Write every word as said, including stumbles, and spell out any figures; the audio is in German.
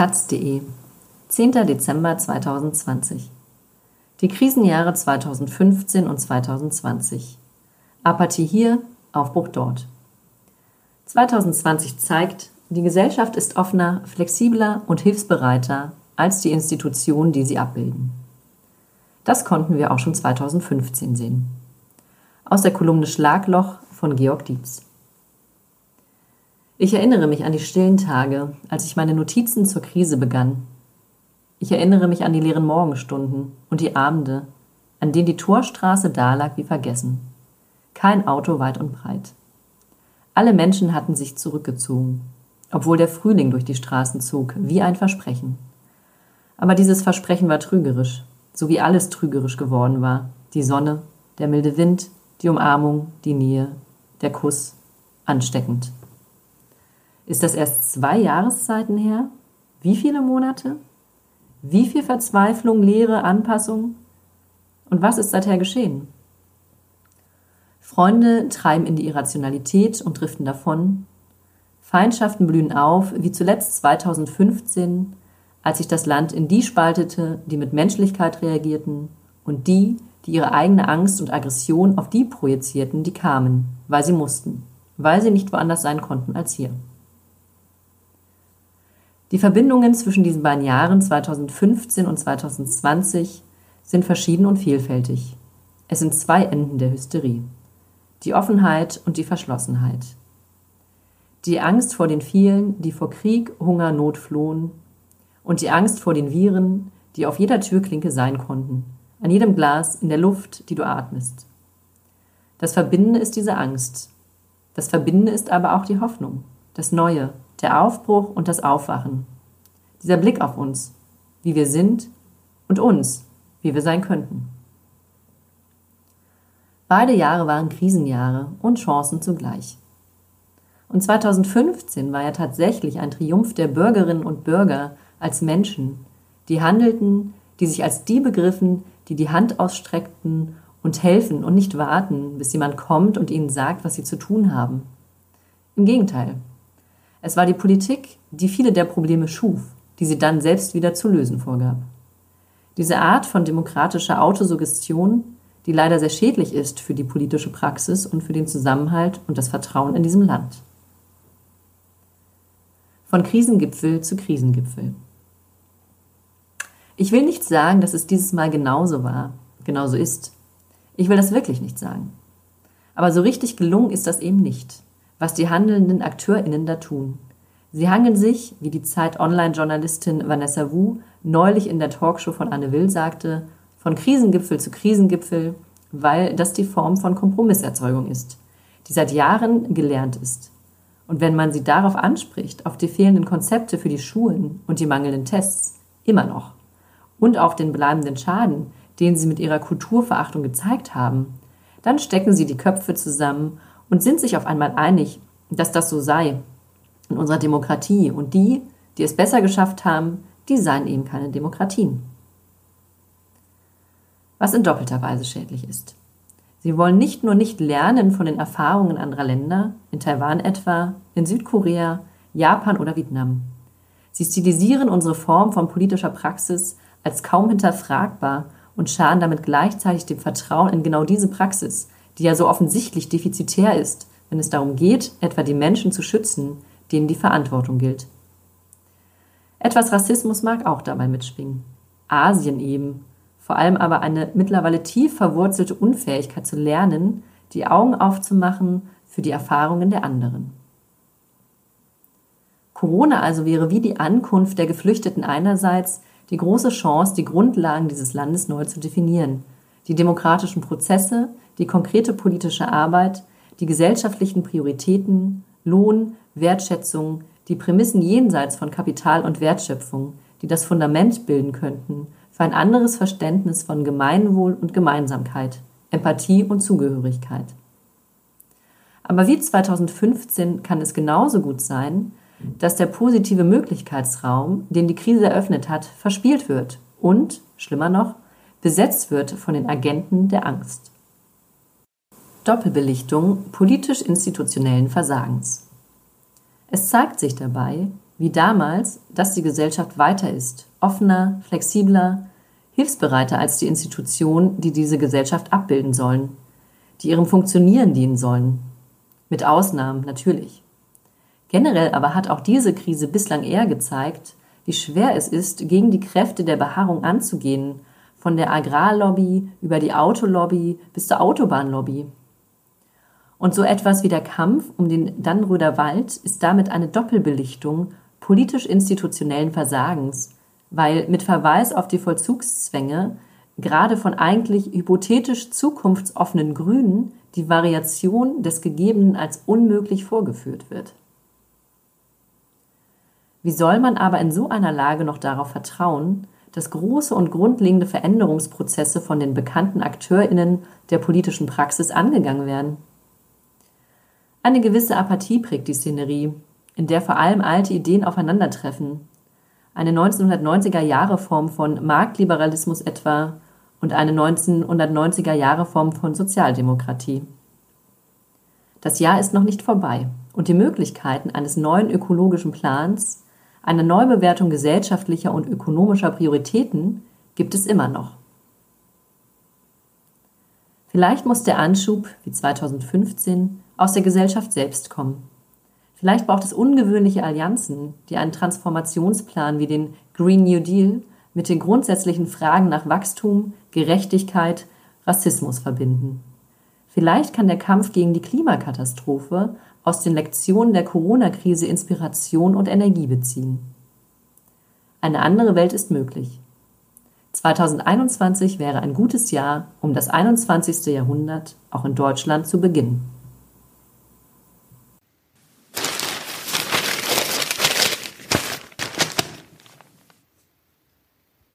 taz punkt de, zehnter Dezember zweitausendzwanzig. Die Krisenjahre zweitausendfünfzehn und zweitausendzwanzig. Apathie hier, Aufbruch dort. zweitausendzwanzig zeigt, die Gesellschaft ist offener, flexibler und hilfsbereiter als die Institutionen, die sie abbilden. Das konnten wir auch schon zweitausendfünfzehn sehen. Aus der Kolumne Schlagloch von Georg Dietz. Ich erinnere mich an die stillen Tage, als ich meine Notizen zur Krise begann. Ich erinnere mich an die leeren Morgenstunden und die Abende, an denen die Torstraße dalag wie vergessen. Kein Auto weit und breit. Alle Menschen hatten sich zurückgezogen, obwohl der Frühling durch die Straßen zog, wie ein Versprechen. Aber dieses Versprechen war trügerisch, so wie alles trügerisch geworden war. Die Sonne, der milde Wind, die Umarmung, die Nähe, der Kuss, ansteckend. Ist das erst zwei Jahreszeiten her? Wie viele Monate? Wie viel Verzweiflung, Leere, Anpassung? Und was ist seither geschehen? Freunde treiben in die Irrationalität und driften davon. Feindschaften blühen auf, wie zuletzt zweitausendfünfzehn, als sich das Land in die spaltete, die mit Menschlichkeit reagierten, und die, die ihre eigene Angst und Aggression auf die projizierten, die kamen, weil sie mussten, weil sie nicht woanders sein konnten als hier. Die Verbindungen zwischen diesen beiden Jahren zweitausendfünfzehn und zweitausendzwanzig sind verschieden und vielfältig. Es sind zwei Enden der Hysterie: die Offenheit und die Verschlossenheit. Die Angst vor den vielen, die vor Krieg, Hunger, Not flohen, und die Angst vor den Viren, die auf jeder Türklinke sein konnten, an jedem Glas, in der Luft, die du atmest. Das Verbindende ist diese Angst. Das Verbindende ist aber auch die Hoffnung, das Neue, der Aufbruch und das Aufwachen. Dieser Blick auf uns, wie wir sind, und uns, wie wir sein könnten. Beide Jahre waren Krisenjahre und Chancen zugleich. Und zweitausendfünfzehn war ja tatsächlich ein Triumph der Bürgerinnen und Bürger als Menschen, die handelten, die sich als die begriffen, die die Hand ausstreckten und helfen und nicht warten, bis jemand kommt und ihnen sagt, was sie zu tun haben. Im Gegenteil. Es war die Politik, die viele der Probleme schuf, die sie dann selbst wieder zu lösen vorgab. Diese Art von demokratischer Autosuggestion, die leider sehr schädlich ist für die politische Praxis und für den Zusammenhalt und das Vertrauen in diesem Land. Von Krisengipfel zu Krisengipfel. Ich will nicht sagen, dass es dieses Mal genauso war, genauso ist. Ich will das wirklich nicht sagen. Aber so richtig gelungen ist das eben nicht, was die handelnden AkteurInnen da tun. Sie hangeln sich, wie die Zeit-Online-Journalistin Vanessa Wu neulich in der Talkshow von Anne Will sagte, von Krisengipfel zu Krisengipfel, weil das die Form von Kompromisserzeugung ist, die seit Jahren gelernt ist. Und wenn man sie darauf anspricht, auf die fehlenden Konzepte für die Schulen und die mangelnden Tests, immer noch, und auf den bleibenden Schaden, den sie mit ihrer Kulturverachtung gezeigt haben, dann stecken sie die Köpfe zusammen und sind sich auf einmal einig, dass das so sei in unserer Demokratie, und die, die es besser geschafft haben, die seien eben keine Demokratien. Was in doppelter Weise schädlich ist. Sie wollen nicht nur nicht lernen von den Erfahrungen anderer Länder, in Taiwan etwa, in Südkorea, Japan oder Vietnam. Sie stilisieren unsere Form von politischer Praxis als kaum hinterfragbar und schaden damit gleichzeitig dem Vertrauen in genau diese Praxis, die ja so offensichtlich defizitär ist, wenn es darum geht, etwa die Menschen zu schützen, denen die Verantwortung gilt. Etwas Rassismus mag auch dabei mitschwingen. Asien eben, vor allem aber eine mittlerweile tief verwurzelte Unfähigkeit zu lernen, die Augen aufzumachen für die Erfahrungen der anderen. Corona also wäre wie die Ankunft der Geflüchteten einerseits die große Chance, die Grundlagen dieses Landes neu zu definieren, die demokratischen Prozesse, die konkrete politische Arbeit, die gesellschaftlichen Prioritäten, Lohn, Wertschätzung, die Prämissen jenseits von Kapital und Wertschöpfung, die das Fundament bilden könnten für ein anderes Verständnis von Gemeinwohl und Gemeinsamkeit, Empathie und Zugehörigkeit. Aber wie zweitausendfünfzehn kann es genauso gut sein, dass der positive Möglichkeitsraum, den die Krise eröffnet hat, verspielt wird und, schlimmer noch, besetzt wird von den Agenten der Angst. Doppelbelichtung politisch-institutionellen Versagens. Es zeigt sich dabei, wie damals, dass die Gesellschaft weiter ist, offener, flexibler, hilfsbereiter als die Institutionen, die diese Gesellschaft abbilden sollen, die ihrem Funktionieren dienen sollen. Mit Ausnahmen, natürlich. Generell aber hat auch diese Krise bislang eher gezeigt, wie schwer es ist, gegen die Kräfte der Beharrung anzugehen, von der Agrarlobby über die Autolobby bis zur Autobahnlobby. Und so etwas wie der Kampf um den Dannröder Wald ist damit eine Doppelbelichtung politisch-institutionellen Versagens, weil mit Verweis auf die Vollzugszwänge gerade von eigentlich hypothetisch zukunftsoffenen Grünen die Variation des Gegebenen als unmöglich vorgeführt wird. Wie soll man aber in so einer Lage noch darauf vertrauen, dass große und grundlegende Veränderungsprozesse von den bekannten AkteurInnen der politischen Praxis angegangen werden? Eine gewisse Apathie prägt die Szenerie, in der vor allem alte Ideen aufeinandertreffen. Eine neunzehnhundertneunziger-Jahre-Form von Marktliberalismus etwa und eine neunzehnhundertneunziger-Jahre-Form von Sozialdemokratie. Das Jahr ist noch nicht vorbei und die Möglichkeiten eines neuen ökologischen Plans, einer Neubewertung gesellschaftlicher und ökonomischer Prioritäten gibt es immer noch. Vielleicht muss der Anschub, wie zweitausendfünfzehn, aus der Gesellschaft selbst kommen. Vielleicht braucht es ungewöhnliche Allianzen, die einen Transformationsplan wie den Green New Deal mit den grundsätzlichen Fragen nach Wachstum, Gerechtigkeit, Rassismus verbinden. Vielleicht kann der Kampf gegen die Klimakatastrophe aus den Lektionen der Corona-Krise Inspiration und Energie beziehen. Eine andere Welt ist möglich. zweitausendeinundzwanzig wäre ein gutes Jahr, um das einundzwanzigste Jahrhundert auch in Deutschland zu beginnen.